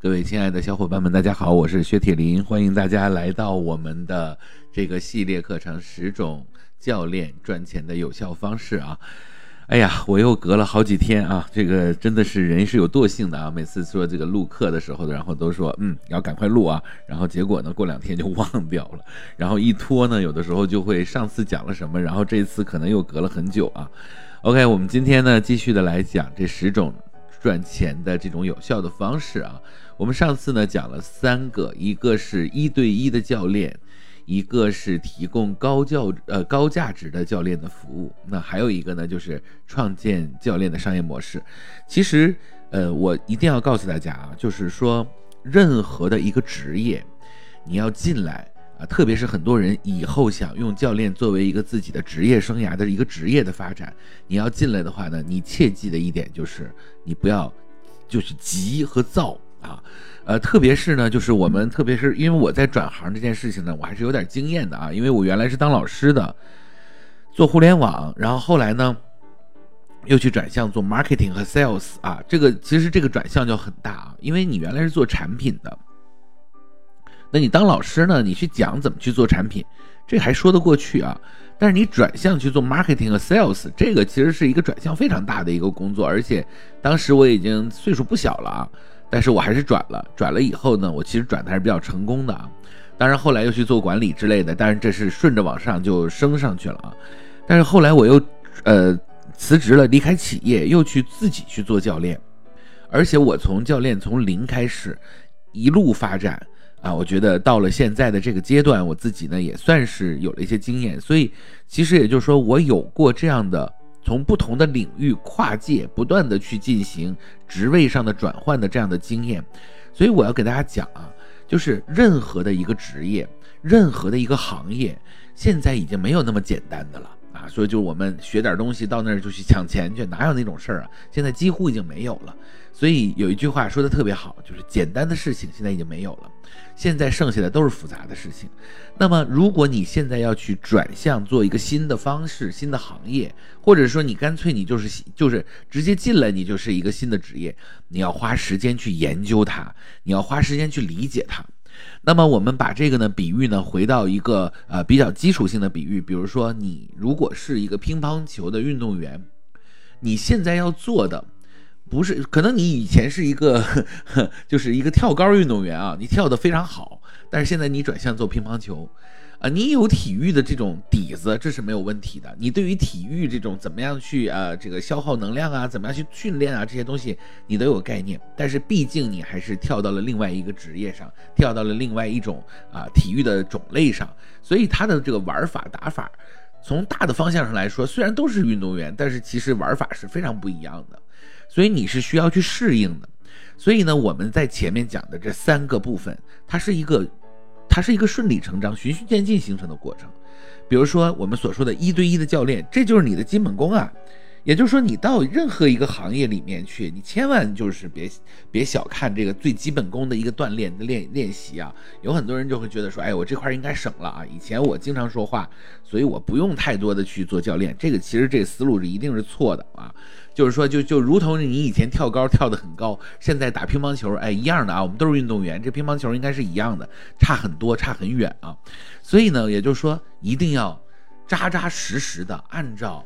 各位亲爱的小伙伴们，大家好，我是薛铁林，欢迎大家来到我们的这个系列课程10种教练赚钱的有效方式啊。哎呀，我又隔了好几天啊，这个真的是人是有惰性的啊。每次说这个录课的时候，然后都说要赶快录啊，然后结果呢过2天就忘掉了，然后一拖呢，有的时候就会上次讲了什么，然后这次可能又隔了很久啊。OK， 我们今天呢继续的来讲这10种赚钱的这种有效的方式啊。我们上次呢讲了3个，一个是1对1的教练，一个是提供高价值的教练的服务，那还有一个呢就是创建教练的商业模式。其实我一定要告诉大家啊，就是说任何的一个职业你要进来啊，特别是很多人以后想用教练作为一个自己的职业生涯的一个职业的发展，你要进来的话呢，你切记的一点就是你不要就是急和躁啊。特别是呢，就是特别是因为我在转行这件事情呢，我还是有点经验的啊，因为我原来是当老师的，做互联网，然后后来呢又去转向做 marketing 和 sales 啊，其实这个转向就很大啊，因为你原来是做产品的，那你当老师呢，你去讲怎么去做产品，这还说得过去啊。但是你转向去做 marketing 和 sales， 这个其实是一个转向非常大的一个工作，而且当时我已经岁数不小了啊，但是我还是转了以后呢，我其实转的还是比较成功的啊。当然后来又去做管理之类的，但是这是顺着往上就升上去了啊。但是后来我又辞职了，离开企业，又去自己去做教练，而且我从教练从0开始一路发展啊，我觉得到了现在的这个阶段，我自己呢也算是有了一些经验，所以其实也就是说我有过这样的从不同的领域跨界不断的去进行职位上的转换的这样的经验。所以我要给大家讲啊，就是任何的一个职业，任何的一个行业，现在已经没有那么简单的了啊。所以就我们学点东西到那儿就去抢钱去，哪有那种事儿啊，现在几乎已经没有了。所以有一句话说的特别好，就是简单的事情现在已经没有了，现在剩下的都是复杂的事情。那么如果你现在要去转向做一个新的方式、新的行业，或者说你干脆你就是直接进来，你就是一个新的职业，你要花时间去研究它，你要花时间去理解它。那么我们把这个呢比喻呢回到一个比较基础性的比喻，比如说你如果是一个乒乓球的运动员，你现在要做的不是，可能你以前是一个就是一个跳高运动员啊，你跳得非常好，但是现在你转向做乒乓球啊，你有体育的这种底子，这是没有问题的。你对于体育这种怎么样去这个消耗能量啊，怎么样去训练啊，这些东西你都有概念。但是毕竟你还是跳到了另外一个职业上，跳到了另外一种体育的种类上，所以它的这个玩法打法，从大的方向上来说，虽然都是运动员，但是其实玩法是非常不一样的。所以你是需要去适应的。所以呢，我们在前面讲的这3个部分，它是一个顺理成章、循序渐进形成的过程。比如说我们所说的1对1的教练，这就是你的基本功啊。也就是说，你到任何一个行业里面去，你千万就是别小看这个最基本功的一个锻炼的练习啊。有很多人就会觉得说，哎，我这块应该省了啊，以前我经常说话，所以我不用太多的去做教练。其实这个思路一定是错的啊。就是说就如同你以前跳高跳得很高，现在打乒乓球，哎，一样的啊，我们都是运动员，这乒乓球应该是一样的，差很多，差很远啊。所以呢，也就是说一定要扎扎实实的按照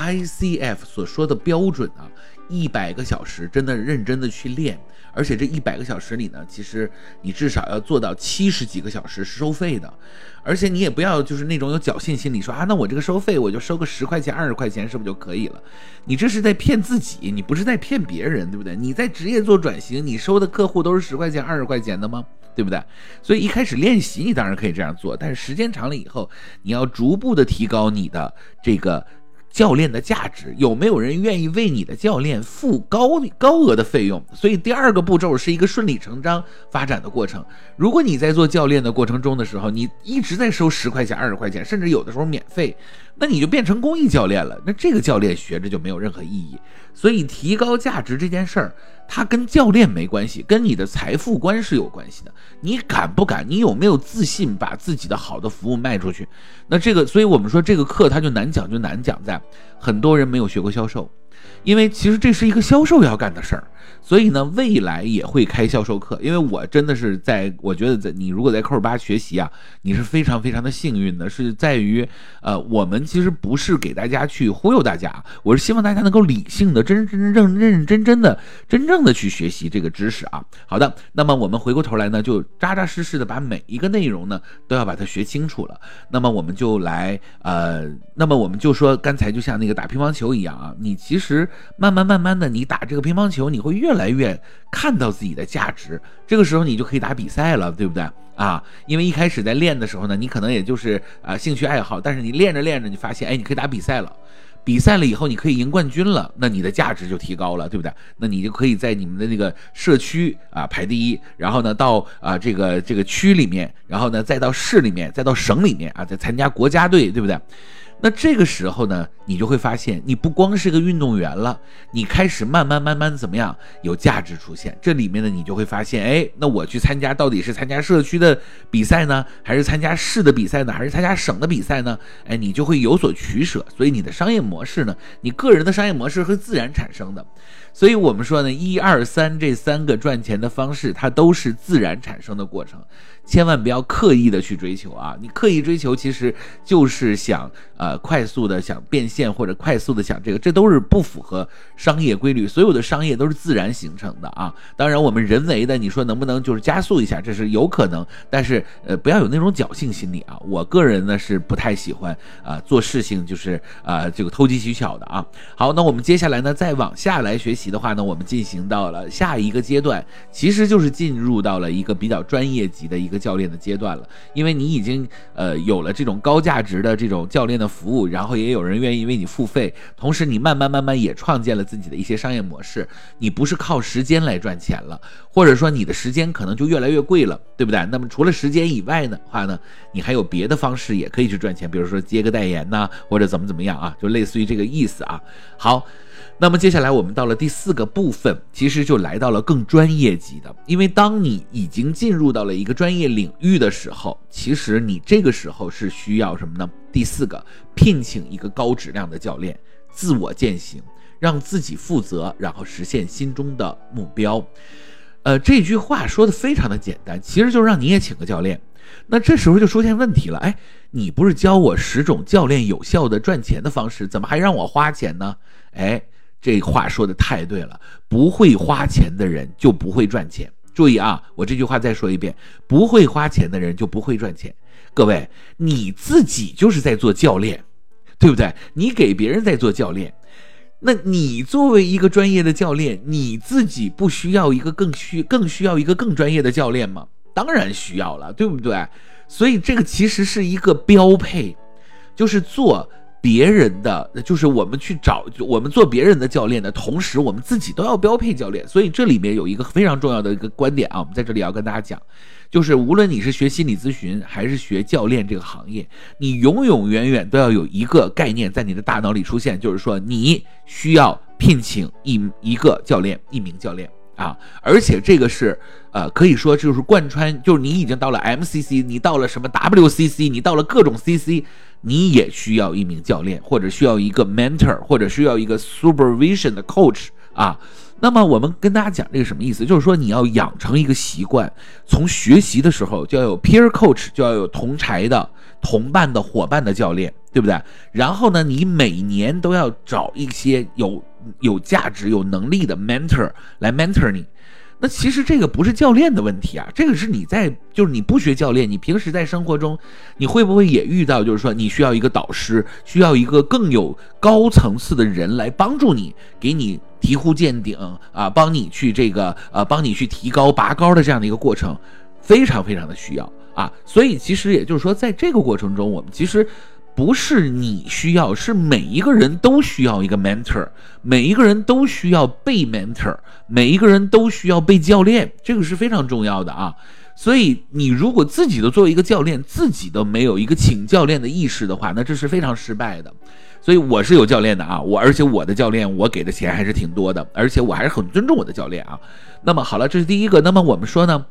ICF 所说的标准啊，100个小时真的认真的去练，而且这100个小时里呢，其实你至少要做到70几个小时是收费的，而且你也不要就是那种有侥幸心理说那我这个收费我就收个10块钱20块钱是不是就可以了？你这是在骗自己，你不是在骗别人，对不对？你在职业做转型，你收的客户都是10块钱20块钱的吗？对不对？所以一开始练习你当然可以这样做，但是时间长了以后，你要逐步的提高你的这个教练的价值，有没有人愿意为你的教练付高额的费用？所以第2个步骤是一个顺理成章发展的过程。如果你在做教练的过程中的时候，你一直在收10块钱20块钱，甚至有的时候免费，那你就变成公益教练了，那这个教练学着就没有任何意义。所以提高价值这件事儿，它跟教练没关系，跟你的财富观是有关系的。你敢不敢？你有没有自信把自己的好的服务卖出去？那这个，所以我们说这个课它就难讲，就难讲在很多人没有学过销售， 因为其实这是一个销售要干的事儿，所以呢，未来也会开销售课。因为我真的是我觉得你如果在Coach8学习啊，你是非常非常的幸运的，是在于我们其实不是给大家去忽悠大家，我是希望大家能够理性的、真正的去学习这个知识啊。好的，那么我们回过头来呢，就扎扎实实的把每一个内容呢都要把它学清楚了。那么我们就来说，刚才就像那个打乒乓球一样啊，你其实慢慢的，你打这个乒乓球，你会越来越看到自己的价值，这个时候你就可以打比赛了，对不对啊？因为一开始在练的时候呢，你可能也就是兴趣爱好，但是你练着练着，你发现你可以打比赛了。比赛了以后，你可以赢冠军了，那你的价值就提高了，对不对？那你就可以在你们的那个社区排第一，然后呢到这个区里面，然后呢再到市里面，再到省里面再参加国家队，对不对？那这个时候呢，你就会发现，你不光是个运动员了，你开始慢慢怎么样有价值出现。这里面呢，你就会发现，那我去参加到底是参加社区的比赛呢，还是参加市的比赛呢，还是参加省的比赛呢？你就会有所取舍。所以你的商业模式呢，你个人的商业模式会自然产生的。所以我们说呢，1、2、3这3个赚钱的方式，它都是自然产生的过程，千万不要刻意的去追求啊！你刻意追求，其实就是想快速的想变现，或者快速的想这都是不符合商业规律。所有的商业都是自然形成的啊！当然，我们人为的，你说能不能就是加速一下，这是有可能，但是不要有那种侥幸心理啊！我个人呢是不太喜欢做事情就是这个投机取巧的啊。好，那我们接下来呢再往下来学习的话呢，我们进行到了下一个阶段，其实就是进入到了一个比较专业级的一个教练的阶段了。因为你已经有了这种高价值的这种教练的服务，然后也有人愿意为你付费，同时你慢慢也创建了自己的一些商业模式，你不是靠时间来赚钱了，或者说你的时间可能就越来越贵了，对不对？那么除了时间以外的话呢，你还有别的方式也可以去赚钱，比如说接个代言呐，或者怎么样啊，就类似于这个意思啊。好，那么接下来我们到了第4个部分，其实就来到了更专业级的。因为当你已经进入到了一个专业领域的时候，其实你这个时候是需要什么呢？第4个，聘请一个高质量的教练，自我践行，让自己负责，然后实现心中的目标。这句话说的非常的简单，其实就是让你也请个教练。那这时候就出现问题了，你不是教我10种教练有效的赚钱的方式，怎么还让我花钱呢？这话说的太对了，不会花钱的人就不会赚钱。注意啊，我这句话再说一遍，不会花钱的人就不会赚钱。各位，你自己就是在做教练，对不对？你给别人在做教练，那你作为一个专业的教练，你自己不需要一个更需要一个更专业的教练吗？当然需要了，对不对？所以这个其实是一个标配，就是做别人的，就是我们做别人的教练的同时，我们自己都要标配教练。所以这里面有一个非常重要的一个观点啊，我们在这里要跟大家讲，就是无论你是学心理咨询还是学教练这个行业，你永远都要有一个概念在你的大脑里出现，就是说你需要聘请一个教练，一名教练啊，而且这个是可以说就是贯穿，就是你已经到了 MCC， 你到了什么 WCC， 你到了各种 CC， 你也需要一名教练，或者需要一个 mentor， 或者需要一个 supervision 的 coach 啊。那么我们跟大家讲这个什么意思，就是说你要养成一个习惯，从学习的时候就要有 peer coach， 就要有同柴的同伴的伙伴的教练，对不对？然后呢，你每年都要找一些有价值有能力的 mentor 来 mentor 你。那其实这个不是教练的问题啊，这个是就是你不学教练，你平时在生活中你会不会也遇到，就是说你需要一个导师，需要一个更有高层次的人来帮助你，给你醍醐灌顶啊，帮你去帮你去提高拔高的这样的一个过程，非常的需要啊。所以其实也就是说，在这个过程中，我们其实不是你需要，是每一个人都需要一个 mentor， 每一个人都需要被 mentor， 每一个人都需要被教练，这个是非常重要的啊。所以你如果自己都作为一个教练，自己都没有一个请教练的意识的话，那这是非常失败的。所以我是有教练的啊，而且我的教练我给的钱还是挺多的，而且我还是很尊重我的教练啊。那么好了，这是第一个。那么我们说呢，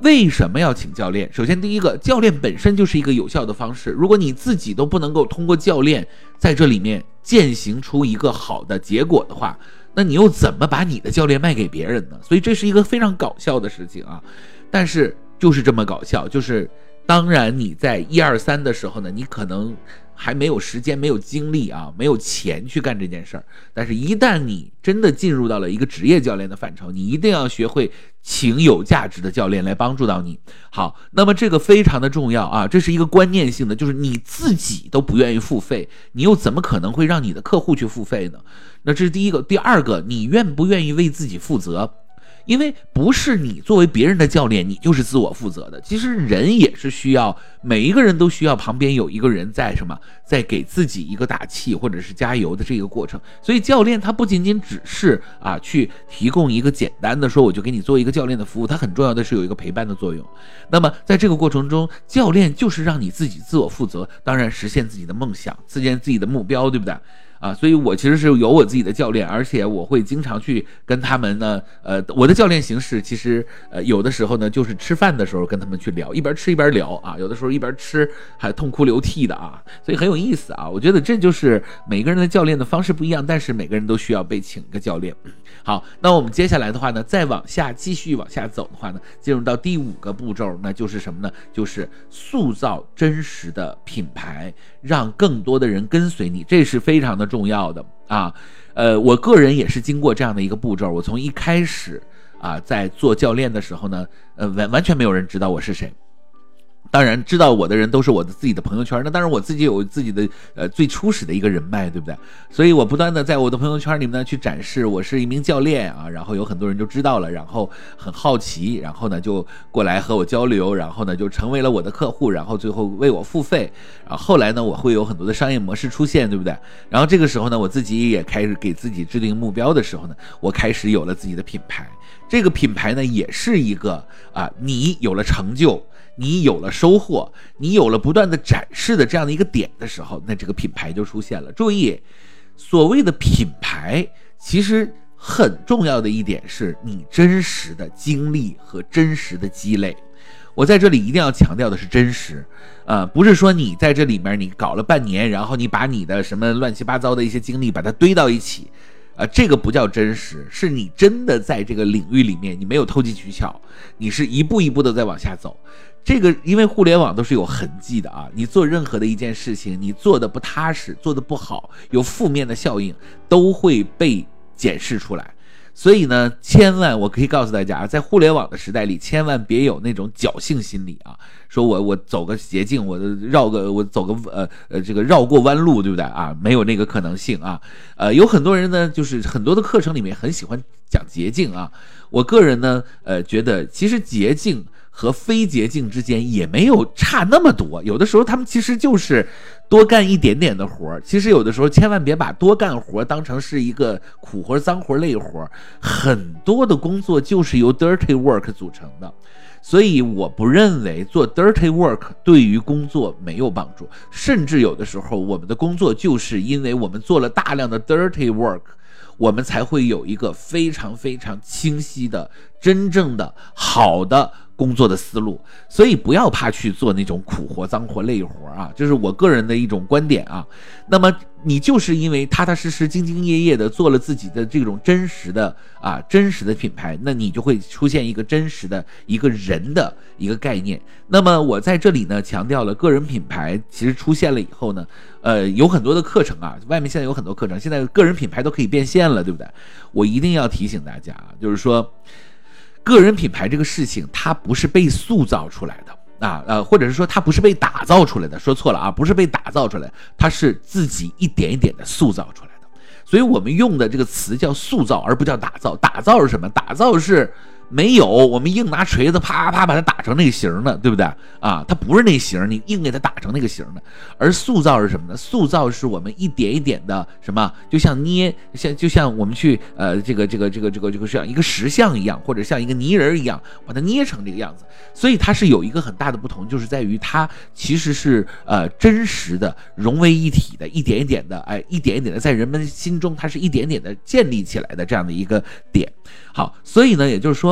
为什么要请教练？首先第一个，教练本身就是一个有效的方式，如果你自己都不能够通过教练在这里面践行出一个好的结果的话，那你又怎么把你的教练卖给别人呢？所以这是一个非常搞笑的事情啊，但是就是这么搞笑，就是当然你在1、2、3的时候呢，你可能还没有时间、没有精力啊、没有钱去干这件事儿，但是一旦你真的进入到了一个职业教练的范畴，你一定要学会请有价值的教练来帮助到你。好，那么这个非常的重要啊，这是一个观念性的，就是你自己都不愿意付费，你又怎么可能会让你的客户去付费呢？那这是第一个。第二个，你愿不愿意为自己负责？因为不是你作为别人的教练，你就是自我负责的。其实人也是需要，每一个人都需要旁边有一个人在在给自己一个打气或者是加油的这个过程。所以教练他不仅仅只是去提供一个简单的说我就给你做一个教练的服务，他很重要的是有一个陪伴的作用。那么在这个过程中，教练就是让你自己自我负责，当然实现自己的梦想，实现自己的目标，对不对？所以我其实是有我自己的教练，而且我会经常去跟他们呢，我的教练形式其实有的时候呢，就是吃饭的时候跟他们去聊，一边吃一边聊啊，有的时候一边吃还痛哭流涕的啊，所以很有意思啊。我觉得这就是每个人的教练的方式不一样，但是每个人都需要被请一个教练。好，那我们接下来的话呢，再继续往下走的话呢，进入到第5个步骤，那就是什么呢？就是塑造真实的品牌，让更多的人跟随你，这是非常的重要的啊。我个人也是经过这样的一个步骤，我从一开始在做教练的时候呢，完全没有人知道我是谁。当然知道我的人都是我的自己的朋友圈，那当然我自己有自己的最初始的一个人脉，对不对？所以我不断的在我的朋友圈里面呢去展示我是一名教练啊，然后有很多人就知道了，然后很好奇，然后呢就过来和我交流，然后呢就成为了我的客户，然后最后为我付费，然后后来呢我会有很多的商业模式出现，对不对？然后这个时候呢我自己也开始给自己制定目标的时候呢，我开始有了自己的品牌。这个品牌呢也是一个你有了成就，你有了收获，你有了不断的展示的这样的一个点的时候，那这个品牌就出现了。注意，所谓的品牌其实很重要的一点是你真实的经历和真实的积累。我在这里一定要强调的是真实，不是说你在这里面你搞了半年，然后你把你的什么乱七八糟的一些经历把它堆到一起，这个不叫真实，是你真的在这个领域里面，你没有投机取巧，你是一步一步的在往下走。这个因为互联网都是有痕迹的啊，你做任何的一件事情，你做的不踏实，做的不好，有负面的效应，都会被检视出来。所以呢，千万我可以告诉大家，在互联网的时代里，千万别有那种侥幸心理啊，说我走个捷径，我走个这个绕过弯路，对不对啊？没有那个可能性啊。有很多人呢，就是很多的课程里面很喜欢讲捷径啊。我个人呢，觉得其实捷径和非捷径之间也没有差那么多，有的时候他们其实就是多干一点点的活。其实有的时候千万别把多干活当成是一个苦活、脏活、累活，很多的工作就是由 dirty work 组成的。所以我不认为做 dirty work 对于工作没有帮助，甚至有的时候我们的工作就是因为我们做了大量的 dirty work，我们才会有一个非常非常清晰的、真正的好的工作的思路。所以不要怕去做那种苦活、脏活、累活啊，这是我个人的一种观点啊。那么你就是因为踏踏实实、兢兢业业的做了自己的这种真实的品牌，那你就会出现一个真实的一个人的一个概念。那么我在这里呢强调了个人品牌其实出现了以后呢，有很多的课程啊，外面现在有很多课程，现在个人品牌都可以变现了，对不对？我一定要提醒大家，就是说个人品牌这个事情它不是被塑造出来的或者是说它不是被打造出来的，说错了啊，不是被打造出来的，它是自己一点一点的塑造出来的。所以我们用的这个词叫塑造，而不叫打造。打造是什么？打造是没有，我们硬拿锤子啪啪把它打成那个形的，对不对啊？它不是那形，你硬给它打成那个形的。而塑造是什么呢？塑造是我们一点一点的什么，就像我们去这个像一个石像一样，或者像一个泥人一样，把它捏成这个样子。所以它是有一个很大的不同，就是在于它其实是真实的融为一体的，一点一点的一点一点的在人们心中，它是一点点的建立起来的这样的一个点。好，所以呢，也就是说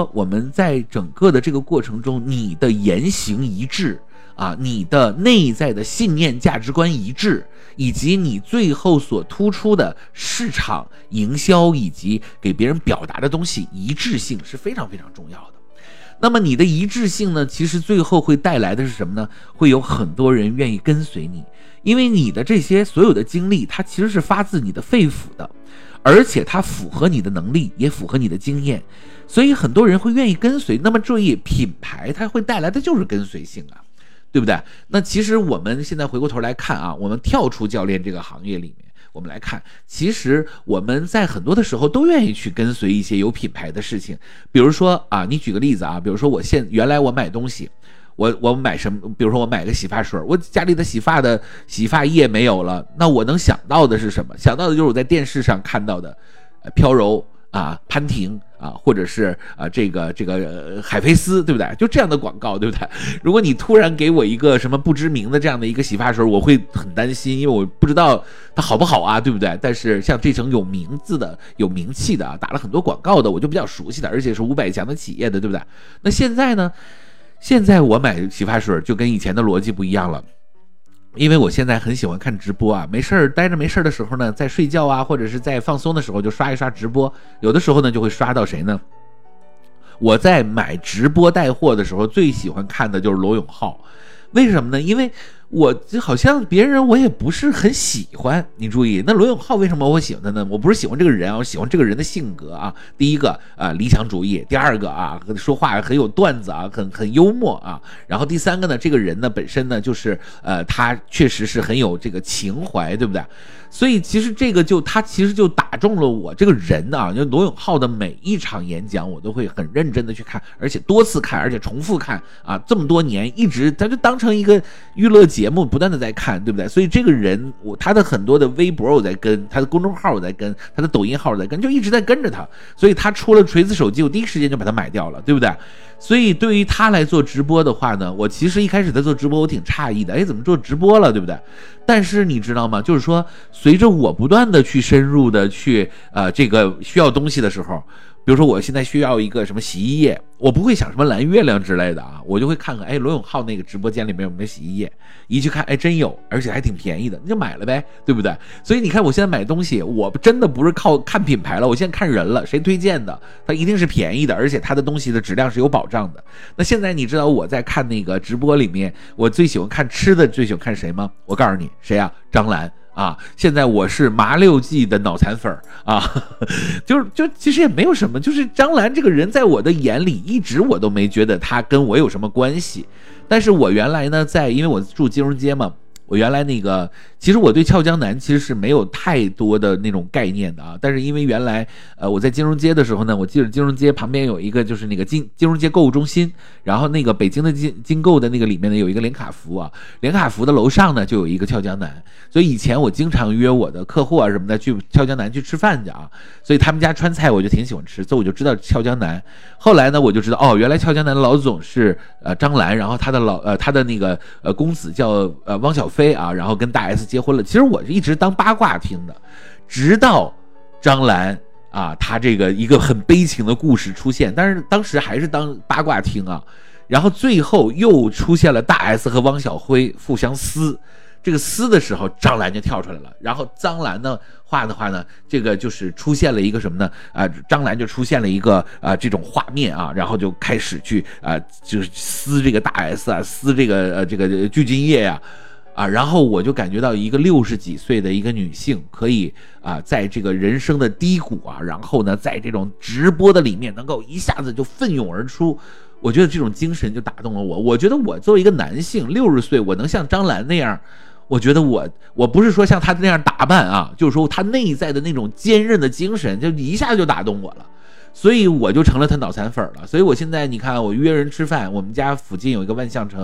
我们在整个的这个过程中，你的言行一致啊，你的内在的信念价值观一致，以及你最后所突出的市场营销以及给别人表达的东西一致性是非常非常重要的。那么你的一致性呢，其实最后会带来的是什么呢？会有很多人愿意跟随你，因为你的这些所有的经历，它其实是发自你的肺腑的，而且它符合你的能力，也符合你的经验，所以很多人会愿意跟随。那么注意，品牌它会带来的就是跟随性啊，对不对？那其实我们现在回过头来看啊，我们跳出教练这个行业里面，我们来看，其实我们在很多的时候都愿意去跟随一些有品牌的事情。比如说啊，你举个例子啊，比如说原来我买东西，我买什么？比如说我买个洗发水，我家里的洗发液没有了，那我能想到的是什么？想到的就是我在电视上看到的，飘柔啊、潘婷啊，或者是这个海飞丝，对不对？就这样的广告，对不对？如果你突然给我一个什么不知名的这样的一个洗发水，我会很担心，因为我不知道它好不好啊，对不对？但是像这种有名字的、有名气的啊，打了很多广告的，我就比较熟悉的，而且是500强的企业的，对不对？那现在呢？现在我买洗发水就跟以前的逻辑不一样了。因为我现在很喜欢看直播啊，待着没事的时候呢，在睡觉啊，或者是在放松的时候就刷一刷直播。有的时候呢，就会刷到谁呢？我在买直播带货的时候，最喜欢看的就是罗永浩。为什么呢？因为我就好像别人我也不是很喜欢。你注意，那罗永浩为什么我会喜欢他呢？我不是喜欢这个人啊，我喜欢这个人的性格啊。第一个啊，理想主义；第二个啊，说话很有段子啊，很幽默啊。然后第三个呢，这个人呢本身呢就是他确实是很有这个情怀，对不对？所以其实他其实就打中了我这个人啊。就罗永浩的每一场演讲，我都会很认真的去看，而且多次看，而且重复看啊。这么多年一直他就当成一个娱乐节目不断的在看，对不对？所以这个人他的很多的微博我在跟，他的公众号我在跟，他的抖音号我在跟，就一直在跟着他。所以他出了锤子手机，我第一时间就把它买掉了，对不对？所以对于他来做直播的话呢，我其实一开始在做直播我挺诧异的，怎么做直播了，对不对？但是你知道吗？就是说随着我不断的去深入的去这个需要东西的时候，比如说我现在需要一个什么洗衣液，我不会想什么蓝月亮之类的啊，我就会看看罗永浩那个直播间里面有没有洗衣液，一去看真有，而且还挺便宜的，你就买了呗，对不对？所以你看我现在买东西，我真的不是靠看品牌了，我现在看人了，谁推荐的，它一定是便宜的，而且它的东西的质量是有保障的。那现在你知道我在看那个直播里面，我最喜欢看吃的，最喜欢看谁吗？我告诉你谁啊？张兰啊！现在我是麻六记的脑残粉啊，就其实也没有什么，就是张兰这个人在我的眼里一直我都没觉得他跟我有什么关系。但是我原来呢，因为我住金融街嘛，我原来其实我对俏江南其实是没有太多的那种概念的啊。但是因为原来我在金融街的时候呢，我记得金融街旁边有一个就是那个金融街购物中心，然后那个北京的金购的那个里面呢有一个联卡福啊，联卡福的楼上呢就有一个俏江南，所以以前我经常约我的客户啊什么的去俏江南去吃饭去啊，所以他们家川菜我就挺喜欢吃，所以我就知道俏江南。后来呢我就知道原来俏江南的老总是张兰，然后他的那个公子叫汪小菲啊，然后跟大 S 结婚了。其实我是一直当八卦听的，直到张兰啊，她这个一个很悲情的故事出现，但是当时还是当八卦听啊。然后最后又出现了大 S 和汪小菲互相撕，这个撕的时候张兰就跳出来了，然后张兰的话呢，这个就是出现了一个什么呢？张兰就出现了一个这种画面啊，然后就开始去就是撕这个大 S 啊，撕这个聚金液呀。然后我就感觉到一个60几岁的一个女性可以在这个人生的低谷然后呢在这种直播的里面能够一下子就奋勇而出，我觉得这种精神就打动了我。我觉得我作为一个男性60岁，我能像张兰那样，我觉得我不是说像她那样打扮就是说她内在的那种坚韧的精神就一下就打动我了，所以我就成了他脑残粉了。所以我现在你看我约人吃饭，我们家附近有一个万象城，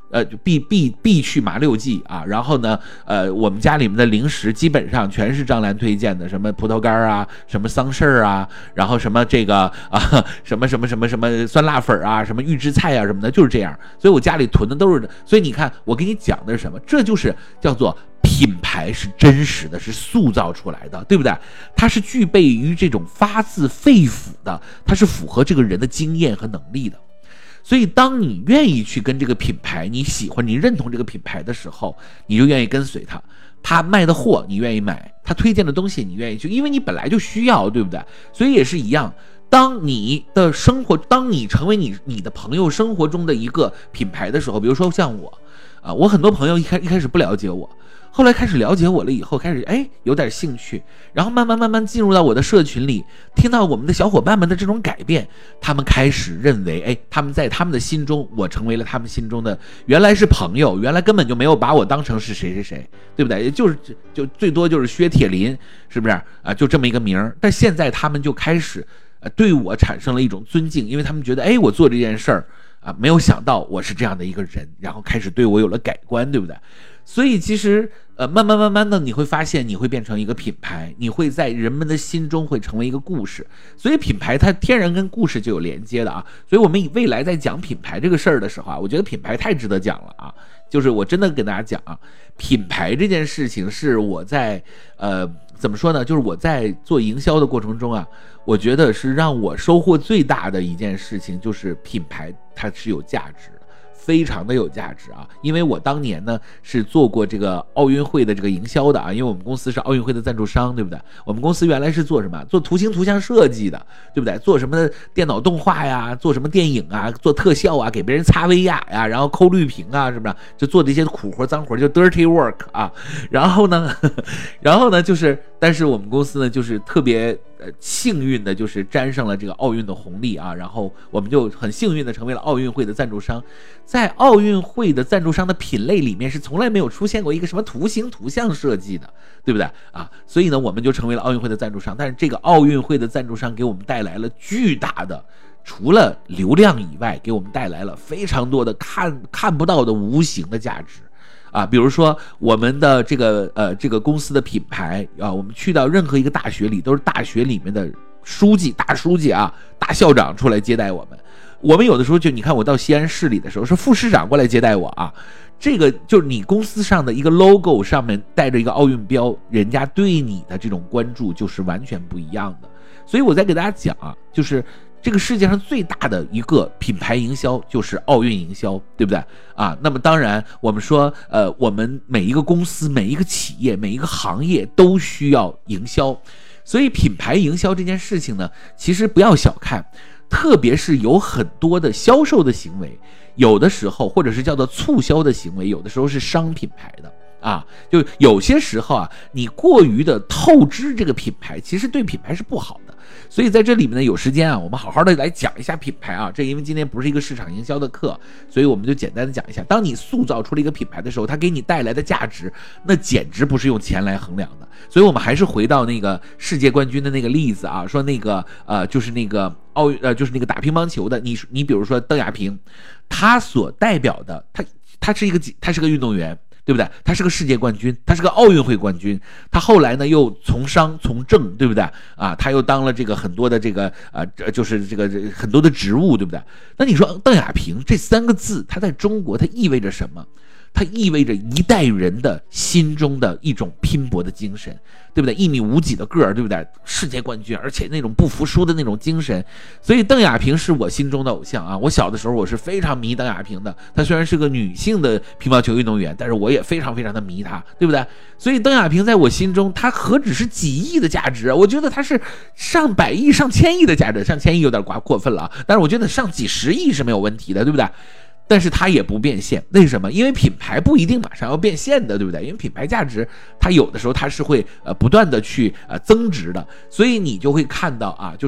就必去麻六记啊，然后呢，我们家里面的零食基本上全是张兰推荐的，什么葡萄干啊，什么桑葚啊，然后什么这个啊，什么酸辣粉啊，什么预制菜啊什么的，就是这样。所以我家里囤的都是，所以你看我给你讲的是什么？这就是叫做品牌是真实的，是塑造出来的，对不对？它是具备于这种发自肺腑的，它是符合这个人的经验和能力的。所以当你愿意去跟这个品牌，你喜欢你认同这个品牌的时候，你就愿意跟随它，他卖的货你愿意买，他推荐的东西你愿意去，因为你本来就需要，对不对？所以也是一样，当你的生活，当你成为你的朋友生活中的一个品牌的时候，比如说像我啊，我很多朋友一开始不了解我，后来开始了解我了以后，开始有点兴趣，然后慢慢进入到我的社群里，听到我们的小伙伴们的这种改变，他们开始认为他们在他们的心中，我成为了他们心中的原来是朋友，原来根本就没有把我当成是谁，对不对？也就最多就是薛铁林，是不是啊？就这么一个名儿，但现在他们就开始对我产生了一种尊敬，因为他们觉得我做这件事儿啊，没有想到我是这样的一个人，然后开始对我有了改观，对不对？所以其实慢慢的你会发现，你会变成一个品牌，你会在人们的心中会成为一个故事。所以品牌它天然跟故事就有连接的啊。所以我们未来在讲品牌这个事儿的时候啊，我觉得品牌太值得讲了啊。就是我真的跟大家讲啊，品牌这件事情是我在怎么说呢？就是我在做营销的过程中啊，我觉得是让我收获最大的一件事情，就是品牌它是有价值的。非常的有价值啊，因为我当年呢是做过这个奥运会的这个营销的啊，因为我们公司是奥运会的赞助商，对不对？我们公司原来是做什么？做图形图像设计的，对不对？做什么电脑动画呀，做什么电影啊，做特效啊，给别人擦威亚呀，然后抠绿屏啊，是不是？就做这些苦活脏活，就 dirty work 啊。然后呢就是，但是我们公司呢就是特别幸运的，就是沾上了这个奥运的红利啊，然后我们就很幸运的成为了奥运会的赞助商。在奥运会的赞助商的品类里面是从来没有出现过一个什么图形图像设计的，对不对啊？所以呢，我们就成为了奥运会的赞助商。但是这个奥运会的赞助商给我们带来了巨大的，除了流量以外，给我们带来了非常多的看不到的无形的价值。啊，比如说我们的这个公司的品牌啊，我们去到任何一个大学里，都是大学里面的大书记啊、大校长出来接待我们。我们有的时候就你看我到西安市里的时候，是副市长过来接待我啊。这个就是你公司上的一个 logo 上面带着一个奥运标，人家对你的这种关注就是完全不一样的。所以我在给大家讲啊，就是这个世界上最大的一个品牌营销就是奥运营销，对不对啊？那么当然我们说我们每一个公司、每一个企业、每一个行业都需要营销，所以品牌营销这件事情呢，其实不要小看，特别是有很多的销售的行为，有的时候或者是叫做促销的行为，有的时候是伤品牌的啊，就有些时候啊，你过于的透支这个品牌，其实对品牌是不好的。所以在这里面呢，有时间啊，我们好好的来讲一下品牌啊。这因为今天不是一个市场营销的课，所以我们就简单的讲一下。当你塑造出了一个品牌的时候，它给你带来的价值，那简直不是用钱来衡量的。所以我们还是回到那个世界冠军的那个例子啊，说那个就是那个就是那个打乒乓球的，你比如说邓亚萍，他所代表的他是个运动员。对不对？他是个世界冠军，他是个奥运会冠军，他后来呢又从商从政，对不对啊？他又当了这个很多的这个就是这个很多的职务，对不对？那你说邓亚萍这3个字，它在中国它意味着什么？它意味着一代人的心中的一种拼搏的精神，对不对？1米5几的个儿，对不对？世界冠军，而且那种不服输的那种精神，所以邓亚萍是我心中的偶像啊！我小的时候我是非常迷邓亚萍的，她虽然是个女性的乒乓球运动员，但是我也非常非常的迷她，对不对？所以邓亚萍在我心中，她何止是几亿的价值，我觉得她是上百亿、上千亿的价值，上千亿有点过分了啊！但是我觉得上几十亿是没有问题的，对不对？但是它也不变现，为什么？因为品牌不一定马上要变现的，对不对？因为品牌价值它有的时候它是会不断的去增值的，所以你就会看到啊，就是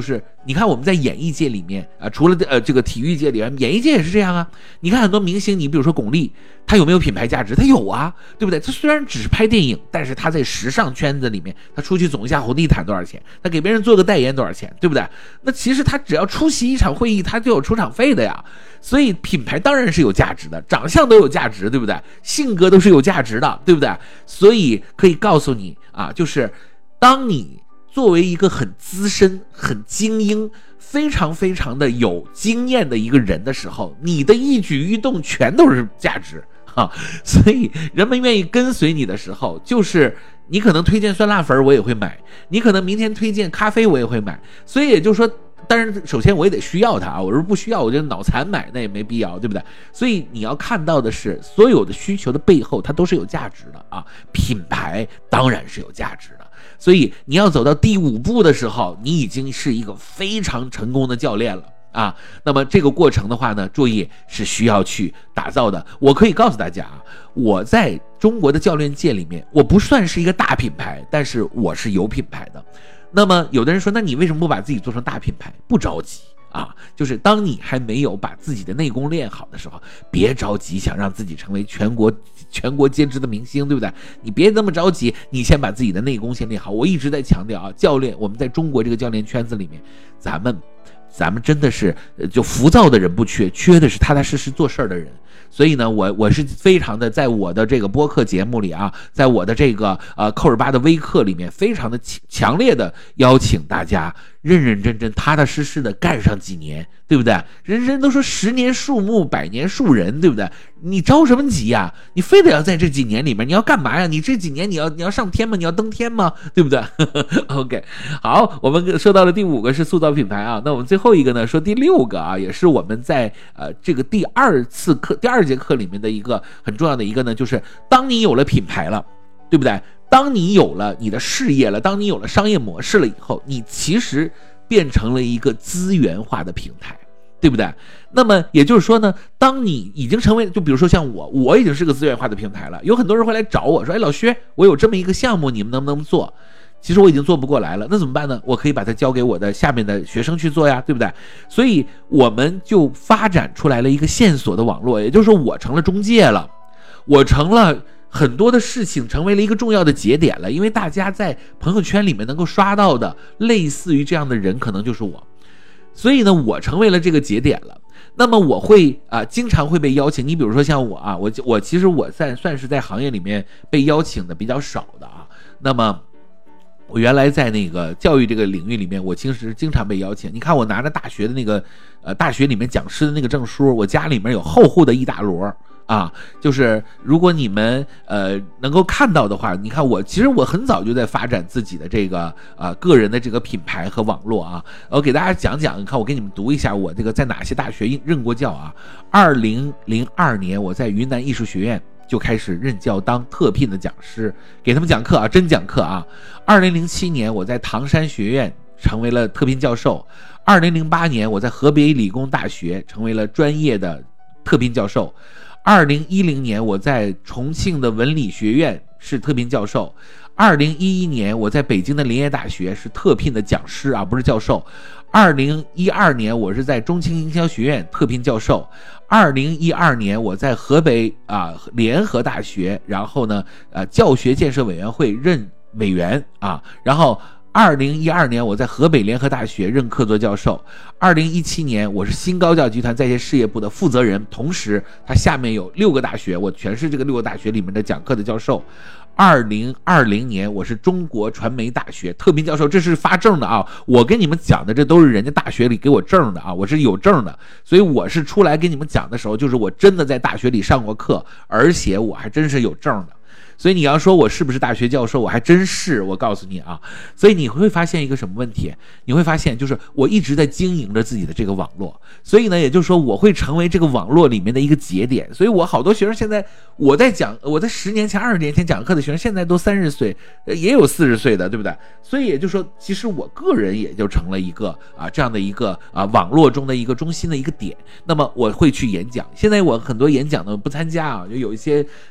你看我们在演艺界里面啊，除了这个体育界里面，演艺界也是这样啊。你看很多明星，你比如说巩俐，她有没有品牌价值？她有啊，对不对？她虽然只是拍电影，但是她在时尚圈子里面，她出去走一下红地毯多少钱？她给别人做个代言多少钱？对不对？那其实她只要出席一场会议，她就有出场费的呀。所以品牌当然是有价值的，长相都有价值，对不对？性格都是有价值的，对不对？所以可以告诉你啊，就是当你作为一个很资深、很精英、非常非常的有经验的一个人的时候，你的一举一动全都是价值哈。所以人们愿意跟随你的时候，就是你可能推荐酸辣粉我也会买，你可能明天推荐咖啡我也会买。所以也就是说，当然首先我也得需要它啊，我说不需要我就脑残买那也没必要，对不对？所以你要看到的是，所有的需求的背后它都是有价值的啊，品牌当然是有价值的。所以你要走到第5步的时候，你已经是一个非常成功的教练了啊。那么这个过程的话呢，注意是需要去打造的。我可以告诉大家啊，我在中国的教练界里面，我不算是一个大品牌，但是我是有品牌的。那么有的人说，那你为什么不把自己做成大品牌？不着急啊，就是当你还没有把自己的内功练好的时候，别着急想让自己成为全国皆知的明星，对不对？你别那么着急，你先把自己的内功先练好。我一直在强调啊，教练，我们在中国这个教练圈子里面，咱们真的是就浮躁的人不缺，缺的是踏踏实实做事儿的人。所以呢，我是非常的在我的这个播客节目里啊，在我的这个扣尔巴的微课里面，非常的强烈的邀请大家认认真真、踏踏实实的干上几年，对不对？人都说10年树木，100年树人，对不对？你着什么急呀？你非得要在这几年里面，你要干嘛呀？你这几年你要上天吗？你要登天吗？对不对？OK， 好，我们说到了第5个是塑造品牌啊，那我们最后一个呢，说第6个啊，也是我们在这个第2节课里面的一个很重要的一个呢，就是当你有了品牌了，对不对？当你有了你的事业了，当你有了商业模式了以后，你其实变成了一个资源化的平台，对不对？那么也就是说呢，当你已经成为，就比如说像我已经是个资源化的平台了，有很多人会来找我说，哎，老薛，我有这么一个项目，你们能不能做？其实我已经做不过来了，那怎么办呢？我可以把它交给我的下面的学生去做呀，对不对？所以我们就发展出来了一个线索的网络，也就是说我成了中介了，我成了很多的事情成为了一个重要的节点了，因为大家在朋友圈里面能够刷到的类似于这样的人可能就是我，所以呢我成为了这个节点了。那么我会经常会被邀请，你比如说像我啊，我其实我算是在行业里面被邀请的比较少的啊。那么我原来在那个教育这个领域里面，我其实经常被邀请。你看我拿着大学的那个大学里面讲师的那个证书，我家里面有厚厚的一大摞啊，就是如果你们能够看到的话，你看其实我很早就在发展自己的这个个人的这个品牌和网络啊。我给大家讲讲，你看我给你们读一下我这个在哪些大学任过教啊。2002年我在云南艺术学院就开始任教当特聘的讲师，给他们讲课啊，真讲课啊。2007年我在唐山学院成为了特聘教授。2008年我在河北理工大学成为了专业的特聘教授。2010年我在重庆的文理学院是特聘教授。2011年我在北京的林业大学是特聘的讲师啊，不是教授。2012年我是在中青营销学院特聘教授。2012年我在河北联合大学，然后呢教学建设委员会任委员啊，然后2012年我在河北联合大学任客座教授。2017年我是新高教集团在线事业部的负责人，同时它下面有6个大学，我全是这个6个大学里面的讲课的教授。2020年我是中国传媒大学特聘教授，这是发证的啊，我跟你们讲的这都是人家大学里给我证的啊，我是有证的，所以我是出来跟你们讲的时候，就是我真的在大学里上过课，而且我还真是有证的。所以你要说我是不是大学教授，我还真是，我告诉你啊。所以你会发现一个什么问题？你会发现就是我一直在经营着自己的这个网络，所以呢，也就是说我会成为这个网络里面的一个节点。所以我好多学生现在我在10年前、20年前讲课的学生，现在都30岁，也有40岁的，对不对？所以也就是说，其实我个人也就成了一个这样的一个网络中的一个中心的一个点。那么我会去演讲，现在我很多演讲呢不参加啊，就有一些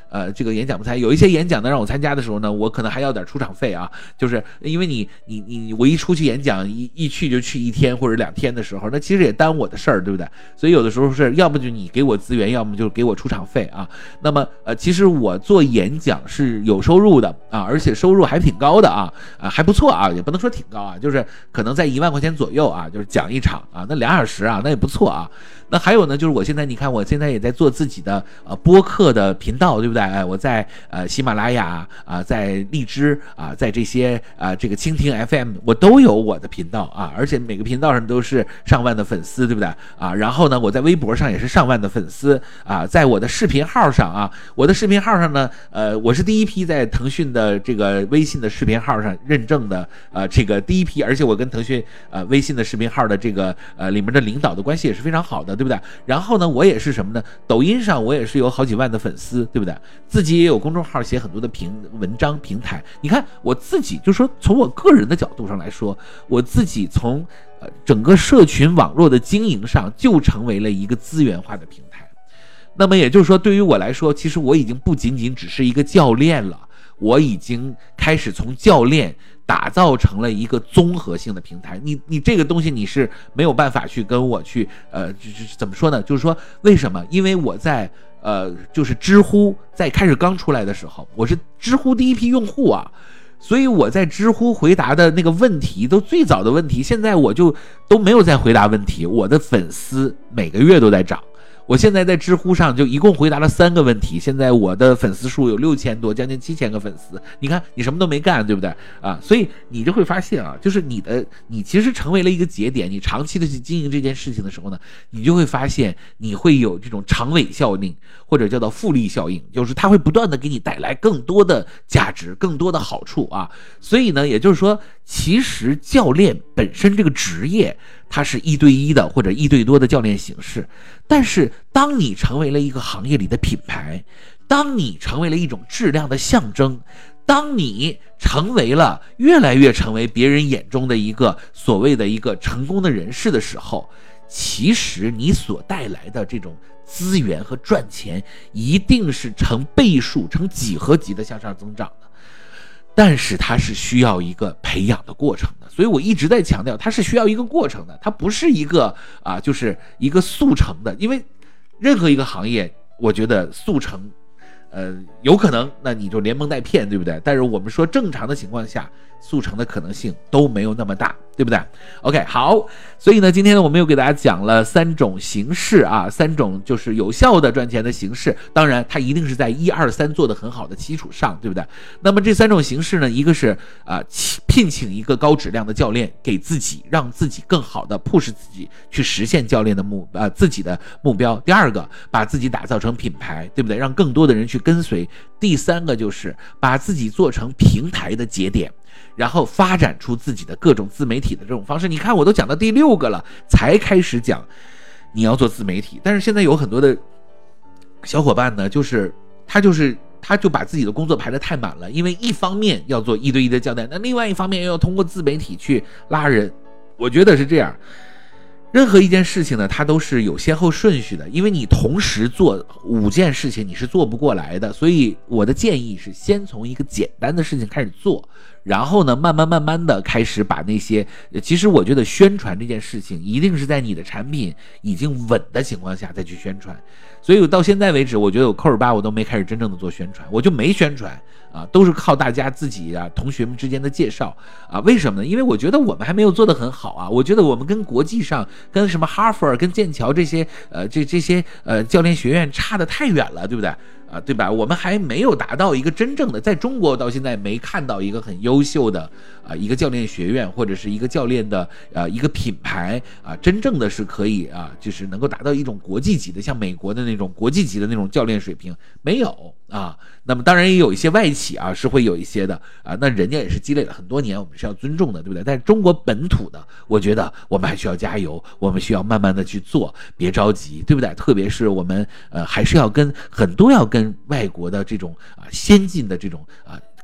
这个演讲不参加，有一些演讲呢让我参加的时候呢，我可能还要点出场费啊，就是因为我一出去演讲一去就去1天或者2天的时候，那其实也耽误我的事儿，对不对？所以有的时候是要不就你给我资源，要么就给我出场费啊。那么其实我做演讲是有收入的啊，而且收入还挺高的啊，还不错啊，也不能说挺高啊，就是可能在1万块钱左右啊，就是讲一场啊，那2小时啊，那也不错啊。那还有呢，就是我现在你看，我现在也在做自己的播客的频道，对不对？我在喜马拉雅啊，在荔枝啊，在这些这个蜻蜓 FM 我都有我的频道啊，而且每个频道上都是上万的粉丝，对不对啊？然后呢，我在微博上也是上万的粉丝啊，在我的视频号上啊，我的视频号上呢，我是第一批在腾讯的这个微信的视频号上认证的这个第一批，而且我跟腾讯微信的视频号的这个里面的领导的关系也是非常好的，对不对？然后呢，我也是什么呢？抖音上我也是有好几万的粉丝，对不对？自己也有公众号，写很多的文章平台。你看我自己就说，从我个人的角度上来说，我自己从整个社群网络的经营上就成为了一个资源化的平台。那么也就是说，对于我来说，其实我已经不仅仅只是一个教练了，我已经开始从教练打造成了一个综合性的平台。你这个东西你是没有办法去跟我去怎么说呢？就是说为什么？因为我在就是知乎在开始刚出来的时候，我是知乎第一批用户啊，所以我在知乎回答的那个问题都最早的问题，现在我就都没有再回答问题，我的粉丝每个月都在涨。我现在在知乎上就一共回答了3个问题，现在我的粉丝数有6000多，将近7000个粉丝。你看你什么都没干，对不对啊？所以你就会发现啊，就是你其实成为了一个节点，你长期的去经营这件事情的时候呢，你就会发现你会有这种长尾效应，或者叫做复利效应，就是它会不断的给你带来更多的价值，更多的好处啊。所以呢，也就是说，其实教练本身这个职业，它是1对1的或者1对多的教练形式，但是当你成为了一个行业里的品牌，当你成为了一种质量的象征，当你成为了越来越成为别人眼中的一个所谓的一个成功的人士的时候，其实你所带来的这种资源和赚钱一定是成倍数、成几何级的向上增长的。但是它是需要一个培养的过程的，所以我一直在强调，它是需要一个过程的，它不是一个就是一个速成的。因为任何一个行业，我觉得速成，有可能那你就连蒙带骗，对不对？但是我们说正常的情况下，速成的可能性都没有那么大，对不对 ？OK， 好，所以呢，今天呢，我们又给大家讲了3种形式啊，3种就是有效的赚钱的形式。当然，它一定是在1、2、3做的很好的基础上，对不对？那么这3种形式呢，一个是聘请一个高质量的教练，给自己让自己更好的 push 自己去实现教练的自己的目标。第2个，把自己打造成品牌，对不对？让更多的人去跟随。第3个就是把自己做成平台的节点，然后发展出自己的各种自媒体的这种方式。你看我都讲到第6个了，才开始讲你要做自媒体。但是现在有很多的小伙伴呢，他就把自己的工作排得太满了，因为一方面要做1对1的教练，那另外一方面又要通过自媒体去拉人。我觉得是这样，任何一件事情呢，它都是有先后顺序的，因为你同时做5件事情你是做不过来的。所以我的建议是先从一个简单的事情开始做，然后呢慢慢的开始把那些，其实我觉得宣传这件事情一定是在你的产品已经稳的情况下再去宣传。所以到现在为止，我觉得我扣8我都没开始真正的做宣传，我就没宣传啊，都是靠大家自己同学们之间的介绍啊。为什么呢？因为我觉得我们还没有做得很好啊。我觉得我们跟国际上跟什么哈佛跟剑桥这些这些教练学院差得太远了，对不对啊？对吧？我们还没有达到一个真正的，在中国到现在没看到一个很优秀的一个教练学院或者是一个教练的一个品牌真正的是可以就是能够达到一种国际级的，像美国的那种国际级的那种教练水平，没有啊。那么当然也有一些外企是会有一些的那人家也是积累了很多年，我们是要尊重的，对不对？但是中国本土的，我觉得我们还需要加油，我们需要慢慢的去做，别着急，对不对？特别是我们还是要跟外国的这种先进的这种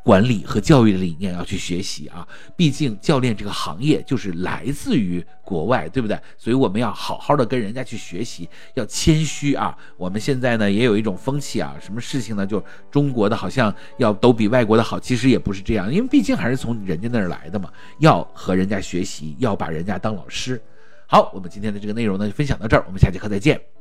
管理和教育的理念要去学习啊。毕竟教练这个行业就是来自于国外，对不对？所以我们要好好的跟人家去学习，要谦虚啊。我们现在呢也有一种风气啊，什么事情呢就中国的好像要都比外国的好，其实也不是这样，因为毕竟还是从人家那儿来的嘛，要和人家学习，要把人家当老师。好，我们今天的这个内容呢就分享到这儿，我们下节课再见。